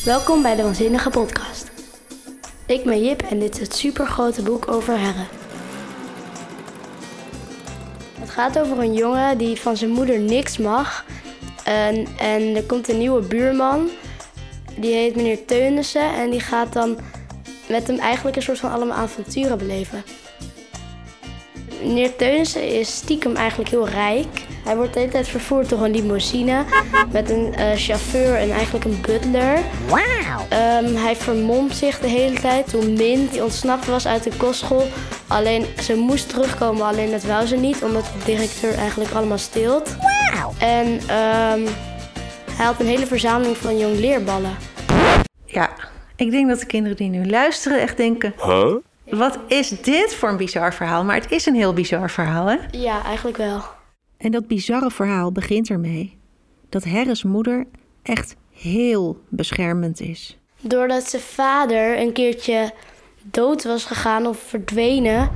Welkom bij de Waanzinnige Podcast. Ik ben Jip en dit is het supergrote boek over herren. Het gaat over een jongen die van zijn moeder niks mag. En er komt een nieuwe buurman, die heet meneer Teunissen. En die gaat dan met hem eigenlijk een soort van allemaal avonturen beleven. Meneer Teunissen is stiekem eigenlijk heel rijk. Hij wordt de hele tijd vervoerd door een limousine met een chauffeur en eigenlijk een butler. Wauw! Hij vermomt zich de hele tijd toen Mint die ontsnapt was uit de kostschool. Alleen ze moest terugkomen, alleen dat wou ze niet, omdat de directeur eigenlijk allemaal steelt. Wauw! En hij had een hele verzameling van jongleerballen. Ja, ik denk dat de kinderen die nu luisteren echt denken... Huh? Wat is dit voor een bizar verhaal? Maar het is een heel bizar verhaal, hè? Ja, eigenlijk wel. En dat bizarre verhaal begint ermee dat Herre's moeder echt heel beschermend is. Doordat zijn vader een keertje dood was gegaan of verdwenen,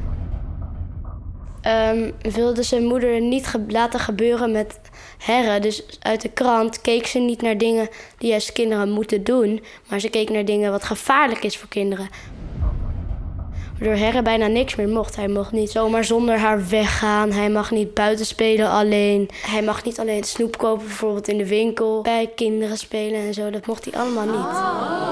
wilde zijn moeder het niet laten gebeuren met herren. Dus uit de krant keek ze niet naar dingen die juist kinderen moeten doen, maar ze keek naar dingen wat gevaarlijk is voor kinderen. Waardoor herren bijna niks meer mocht. Hij mocht niet zomaar zonder haar weggaan. Hij mag niet buiten spelen alleen. Hij mag niet alleen snoep kopen, bijvoorbeeld in de winkel. Bij kinderen spelen en zo. Dat mocht hij allemaal niet.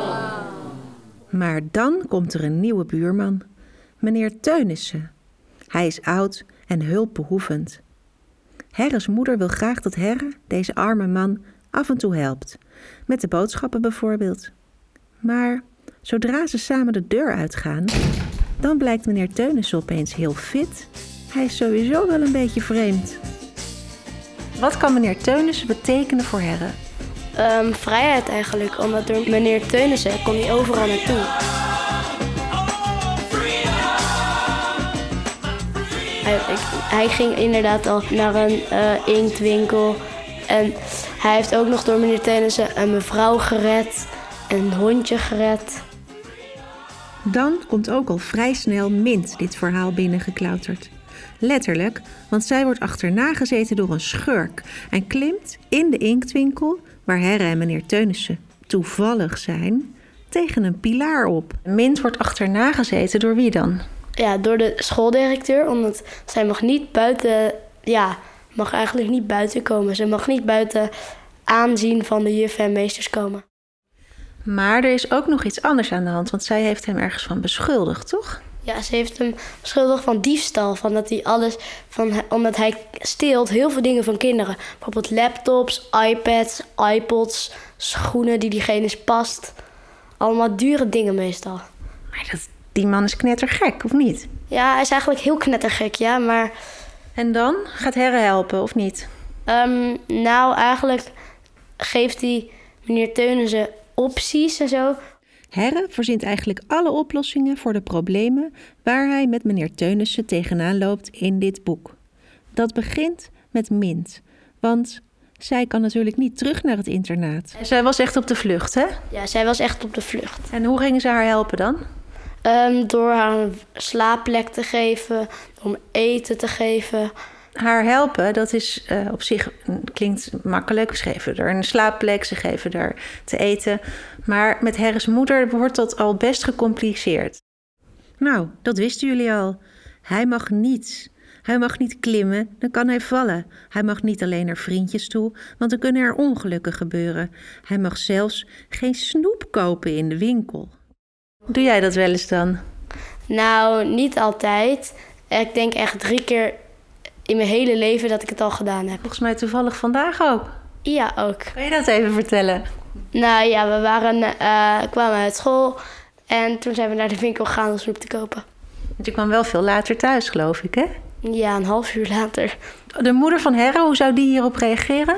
Maar dan komt er een nieuwe buurman, meneer Teunissen. Hij is oud en hulpbehoevend. Herre's moeder wil graag dat Herre, deze arme man, af en toe helpt. Met de boodschappen bijvoorbeeld. Maar zodra ze samen de deur uitgaan, dan blijkt meneer Teunissen opeens heel fit. Hij is sowieso wel een beetje vreemd. Wat kan meneer Teunissen betekenen voor herren? Vrijheid eigenlijk, omdat door meneer Teunissen kon hij overal naartoe. Hij ging inderdaad al naar een inktwinkel. En hij heeft ook nog door meneer Teunissen een mevrouw gered, een hondje gered. Dan komt ook al vrij snel Mint dit verhaal binnengeklauterd. Letterlijk, want zij wordt achterna gezeten door een schurk en klimt in de inktwinkel, waar Herre en meneer Teunissen toevallig zijn, tegen een pilaar op. Mint wordt achterna gezeten door wie dan? Ja, door de schooldirecteur, omdat zij mag niet buiten, mag eigenlijk niet buiten komen. Ze mag niet buiten aanzien van de juffen en meesters komen. Maar er is ook nog iets anders aan de hand, want zij heeft hem ergens van beschuldigd, toch? Ja, ze heeft hem beschuldigd van diefstal, omdat hij steelt heel veel dingen van kinderen. Bijvoorbeeld laptops, iPads, iPods, schoenen die diegene past. Allemaal dure dingen meestal. Maar die man is knettergek, of niet? Ja, hij is eigenlijk heel knettergek, ja, maar... En dan? Gaat Herre helpen, of niet? Nou, eigenlijk geeft hij meneer Teunissen opties en zo. Herre verzint eigenlijk alle oplossingen voor de problemen waar hij met meneer Teunissen tegenaan loopt in dit boek. Dat begint met Mint, want zij kan natuurlijk niet terug naar het internaat. Zij was echt op de vlucht, hè? Ja, zij was echt op de vlucht. En hoe gingen ze haar helpen dan? Door haar een slaapplek te geven, om eten te geven. Haar helpen, dat is op zich klinkt makkelijk. Ze geven er een slaapplek, ze geven er te eten. Maar met Herre's moeder wordt dat al best gecompliceerd. Nou, dat wisten jullie al. Hij mag niets. Hij mag niet klimmen, dan kan hij vallen. Hij mag niet alleen naar vriendjes toe, want dan kunnen er ongelukken gebeuren. Hij mag zelfs geen snoep kopen in de winkel. Doe jij dat wel eens dan? Nou, niet altijd. Ik denk echt 3 keer in mijn hele leven dat ik het al gedaan heb. Volgens mij toevallig vandaag ook. Ja, ook. Kan je dat even vertellen? Nou ja, we kwamen uit school en toen zijn we naar de winkel gegaan om snoep te kopen. Want je kwam wel veel later thuis, geloof ik, hè? Ja, een half uur later. De moeder van Herre, hoe zou die hierop reageren?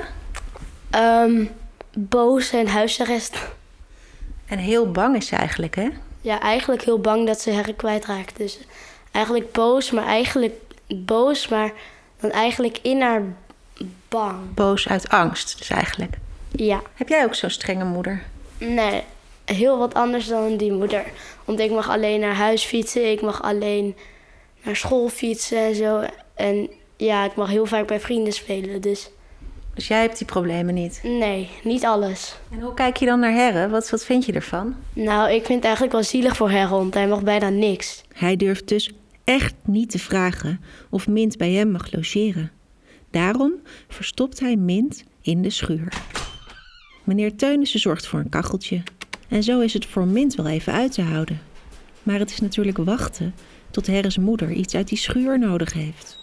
Boos en huisarrest. En heel bang is ze eigenlijk, hè? Ja, eigenlijk heel bang dat ze Herre kwijtraakt. Dus eigenlijk boos, maar dan eigenlijk in haar bang. Boos uit angst, dus eigenlijk. Ja. Heb jij ook zo'n strenge moeder? Nee, heel wat anders dan die moeder. Want ik mag alleen naar huis fietsen, ik mag alleen naar school fietsen en zo. En ja, ik mag heel vaak bij vrienden spelen, dus... Dus jij hebt die problemen niet? Nee, niet alles. En hoe kijk je dan naar Herre? Wat vind je ervan? Nou, ik vind het eigenlijk wel zielig voor Herre, want hij mag bijna niks. Hij durft dus echt niet te vragen of Mint bij hem mag logeren. Daarom verstopt hij Mint in de schuur. Meneer Teunissen zorgt voor een kacheltje. En zo is het voor Mint wel even uit te houden. Maar het is natuurlijk wachten tot Herre's moeder iets uit die schuur nodig heeft.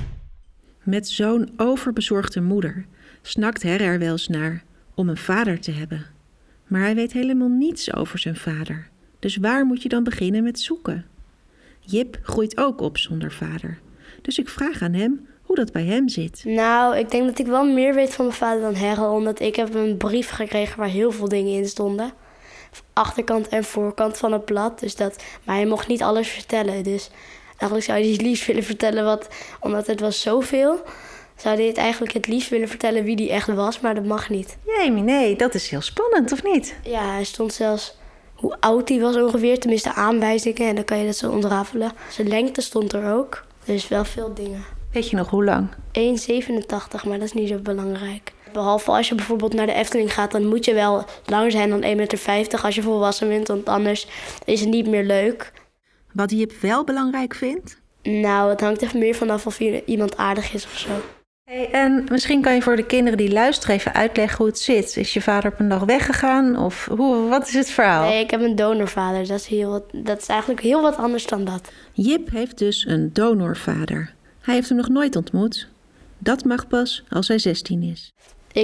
Met zo'n overbezorgde moeder snakt Herre er wel eens naar om een vader te hebben. Maar hij weet helemaal niets over zijn vader. Dus waar moet je dan beginnen met zoeken? Jip groeit ook op zonder vader. Dus ik vraag aan hem hoe dat bij hem zit. Nou, ik denk dat ik wel meer weet van mijn vader dan Herre, omdat ik heb een brief gekregen waar heel veel dingen in stonden. Achterkant en voorkant van het blad. Maar hij mocht niet alles vertellen. Dus eigenlijk zou hij het liefst willen vertellen omdat het was zoveel, zou hij het eigenlijk het liefst willen vertellen wie die echt was, maar dat mag niet. Jamie, nee, dat is heel spannend, of niet? Ja, hij stond zelfs hoe oud hij was ongeveer, tenminste aanwijzingen. En dan kan je dat zo ontrafelen. Zijn lengte stond er ook. Dus wel veel dingen. Weet je nog hoe lang? 1,87, maar dat is niet zo belangrijk. Behalve als je bijvoorbeeld naar de Efteling gaat, dan moet je wel langer zijn dan 1,50 meter als je volwassen bent. Want anders is het niet meer leuk. Wat Jip wel belangrijk vindt? Nou, het hangt er meer vanaf of iemand aardig is of zo. Hey, en misschien kan je voor de kinderen die luisteren even uitleggen hoe het zit. Is je vader op een dag weggegaan? Of wat is het verhaal? Nee, ik heb een donorvader. Dat is eigenlijk heel wat anders dan dat. Jip heeft dus een donorvader. Hij heeft hem nog nooit ontmoet. Dat mag pas als hij 16 is.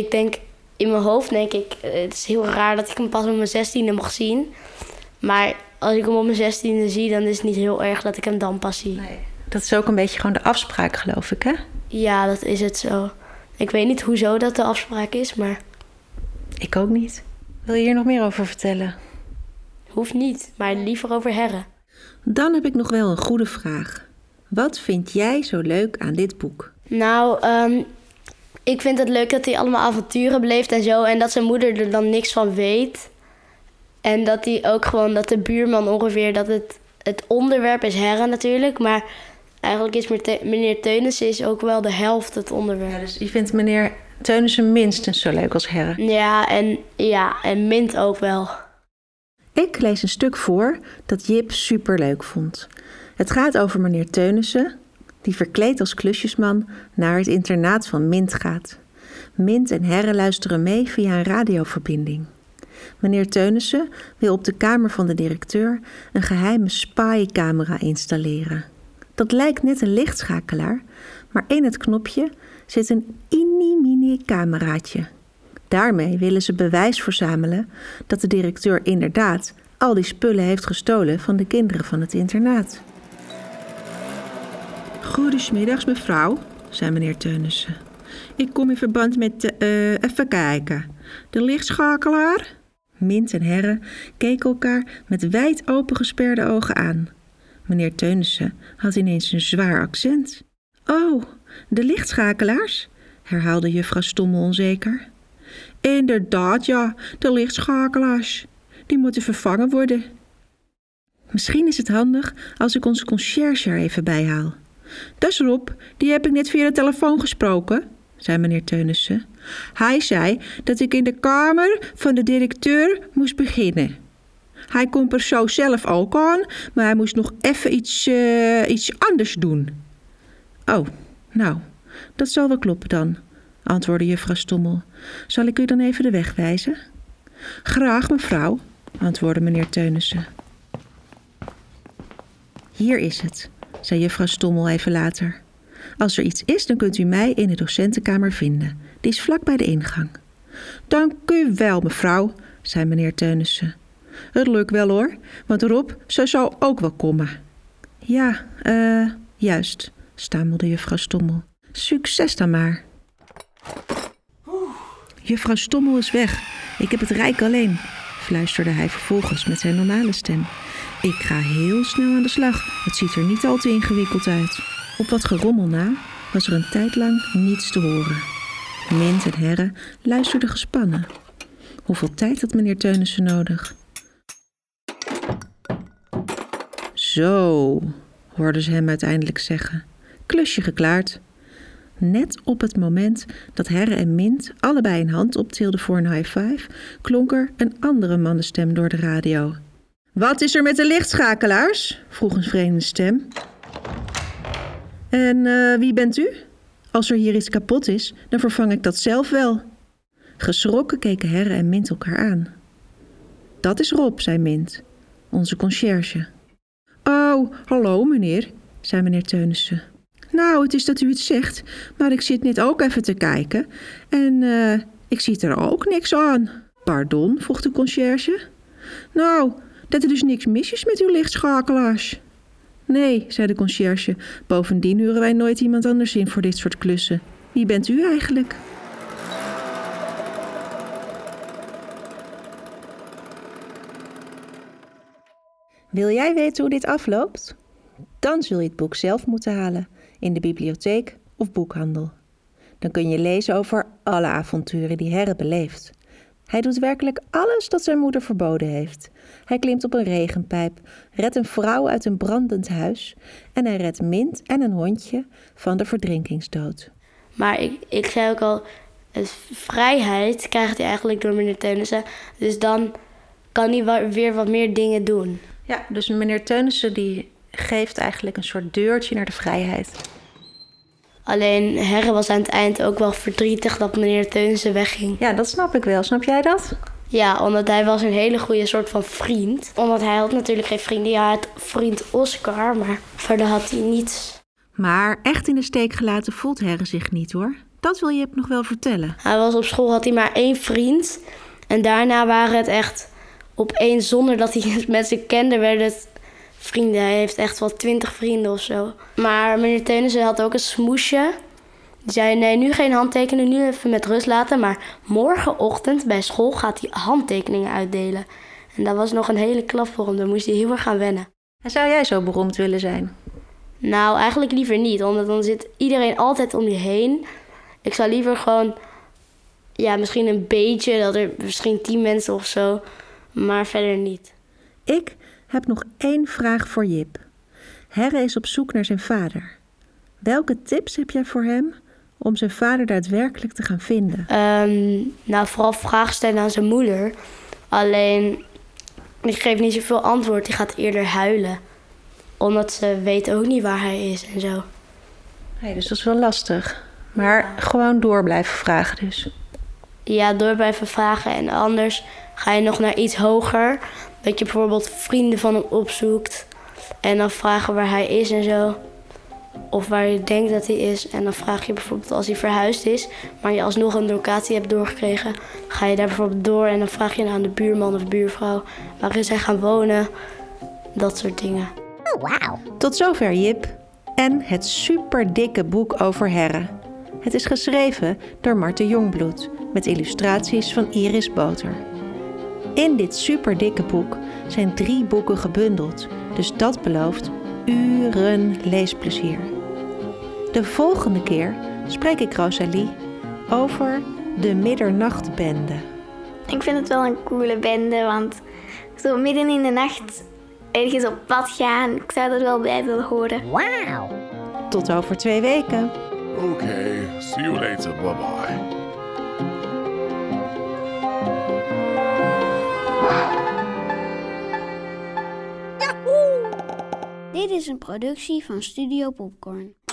In mijn hoofd denk ik, het is heel raar dat ik hem pas op mijn 16e mag zien. Maar als ik hem op mijn 16e zie, dan is het niet heel erg dat ik hem dan pas zie. Nee, dat is ook een beetje gewoon de afspraak, geloof ik, hè? Ja, dat is het zo. Ik weet niet hoezo dat de afspraak is, maar... Ik ook niet. Wil je hier nog meer over vertellen? Hoeft niet, maar liever over Herre. Dan heb ik nog wel een goede vraag. Wat vind jij zo leuk aan dit boek? Nou, ik vind het leuk dat hij allemaal avonturen beleeft en zo. En dat zijn moeder er dan niks van weet. En dat hij ook gewoon, dat de buurman ongeveer, dat het onderwerp is Herre natuurlijk. Maar eigenlijk is meneer Teunissen is ook wel de helft het onderwerp. Ja, dus je vindt meneer Teunissen minstens zo leuk als Herre? Ja, en Mint ook wel. Ik lees een stuk voor dat Jip superleuk vond. Het gaat over meneer Teunissen, die verkleed als klusjesman naar het internaat van Mint gaat. Mint en Herre luisteren mee via een radioverbinding. Meneer Teunissen wil op de kamer van de directeur een geheime spycamera installeren. Dat lijkt net een lichtschakelaar, maar in het knopje zit een mini cameraatje. Daarmee willen ze bewijs verzamelen dat de directeur inderdaad al die spullen heeft gestolen van de kinderen van het internaat. Goedemiddags mevrouw, zei meneer Teunissen. Ik kom in verband met, even kijken, de lichtschakelaar? Mint en Herre keken elkaar met wijd opengesperde ogen aan. Meneer Teunissen had ineens een zwaar accent. Oh, de lichtschakelaars? Herhaalde juffrouw Stommel onzeker. Inderdaad, ja, de lichtschakelaars. Die moeten vervangen worden. Misschien is het handig als ik onze conciërge er even bijhaal. Dat is Rob, die heb ik net via de telefoon gesproken, zei meneer Teunissen. Hij zei dat ik in de kamer van de directeur moest beginnen. Hij komt er zo zelf ook aan, maar hij moest nog even iets anders doen. Oh, nou, dat zal wel kloppen dan, antwoordde juffrouw Stommel. Zal ik u dan even de weg wijzen? Graag, mevrouw, antwoordde meneer Teunissen. Hier is het, zei juffrouw Stommel even later. Als er iets is, dan kunt u mij in de docentenkamer vinden. Die is vlak bij de ingang. Dank u wel, mevrouw, zei meneer Teunissen. Het lukt wel hoor, want Rob, ze zou ook wel komen. Ja, juist, stamelde juffrouw Stommel. Succes dan maar. Juffrouw Stommel is weg. Ik heb het rijk alleen, fluisterde hij vervolgens met zijn normale stem. Ik ga heel snel aan de slag. Het ziet er niet al te ingewikkeld uit. Op wat gerommel na was er een tijd lang niets te horen. Mint en Herre luisterden gespannen. Hoeveel tijd had meneer Teunissen nodig? Zo, hoorden ze hem uiteindelijk zeggen. Klusje geklaard. Net op het moment dat Herre en Mint allebei een hand optilden voor een high five, klonk er een andere mannenstem door de radio. Wat is er met de lichtschakelaars? vroeg een vreemde stem. En wie bent u? Als er hier iets kapot is, dan vervang ik dat zelf wel. Geschrokken keken Herre en Mint elkaar aan. Dat is Rob, zei Mint, onze conciërge. Oh, hallo meneer, zei meneer Teunissen. Nou, het is dat u het zegt, maar ik zit net ook even te kijken en ik zie er ook niks aan. Pardon, vroeg de conciërge. Nou, dat er dus niks mis is met uw lichtschakelaars. Nee, zei de conciërge, bovendien huren wij nooit iemand anders in voor dit soort klussen. Wie bent u eigenlijk? Wil jij weten hoe dit afloopt? Dan zul je het boek zelf moeten halen in de bibliotheek of boekhandel. Dan kun je lezen over alle avonturen die Herre beleeft. Hij doet werkelijk alles dat zijn moeder verboden heeft. Hij klimt op een regenpijp, redt een vrouw uit een brandend huis en hij redt Mint en een hondje van de verdrinkingsdood. Maar ik zei ook al, vrijheid krijgt hij eigenlijk door meneer Teunissen. Dus dan kan hij weer wat meer dingen doen. Ja, dus meneer Teunissen die geeft eigenlijk een soort deurtje naar de vrijheid. Alleen Herre was aan het eind ook wel verdrietig dat meneer Teunissen wegging. Ja, dat snap ik wel. Snap jij dat? Ja, omdat hij was een hele goede soort van vriend. Omdat hij had natuurlijk geen vrienden. Ja, hij had vriend Oscar, maar verder had hij niets. Maar echt in de steek gelaten voelt Herre zich niet, hoor. Dat wil je nog wel vertellen. Hij was op school, had hij maar 1 vriend. En daarna waren het echt opeens, zonder dat hij mensen kende, werden het vrienden. Hij heeft echt wel 20 vrienden of zo. Maar meneer Teunissen had ook een smoesje. Die zei, nee, nu geen handtekeningen, nu even met rust laten. Maar morgenochtend bij school gaat hij handtekeningen uitdelen. En dat was nog een hele klap voor hem. Daar moest hij heel erg gaan wennen. En zou jij zo beroemd willen zijn? Nou, eigenlijk liever niet. Want dan zit iedereen altijd om je heen. Ik zou liever gewoon, ja, misschien een beetje, dat er misschien 10 mensen of zo. Maar verder niet. Ik heb nog 1 vraag voor Jip. Herre is op zoek naar zijn vader. Welke tips heb jij voor hem om zijn vader daadwerkelijk te gaan vinden? Nou, vooral vragen stellen aan zijn moeder. Alleen, die geeft niet zoveel antwoord. Die gaat eerder huilen. Omdat ze weet ook niet waar hij is en zo. Nee, dus dat is wel lastig. Maar gewoon door blijven vragen dus. Ja, door blijven vragen. En anders ga je nog naar iets hoger. Dat je bijvoorbeeld vrienden van hem opzoekt. En dan vragen waar hij is en zo. Of waar je denkt dat hij is. En dan vraag je bijvoorbeeld als hij verhuisd is, maar je alsnog een locatie hebt doorgekregen, ga je daar bijvoorbeeld door en dan vraag je aan de buurman of buurvrouw waar is hij gaan wonen. Dat soort dingen. Oh, wauw. Tot zover Jip. En het superdikke boek over Herre. Het is geschreven door Marten Jongbloed met illustraties van Iris Boter. In dit superdikke boek zijn 3 boeken gebundeld, dus dat belooft uren leesplezier. De volgende keer spreek ik Rosalie over de Middernachtbende. Ik vind het wel een coole bende, want zo midden in de nacht ergens op pad gaan, ik zou dat wel bij willen horen. Wauw! Tot over 2 weken. Okay, see you later, bye-bye. Dit is een productie van Studio Popcorn.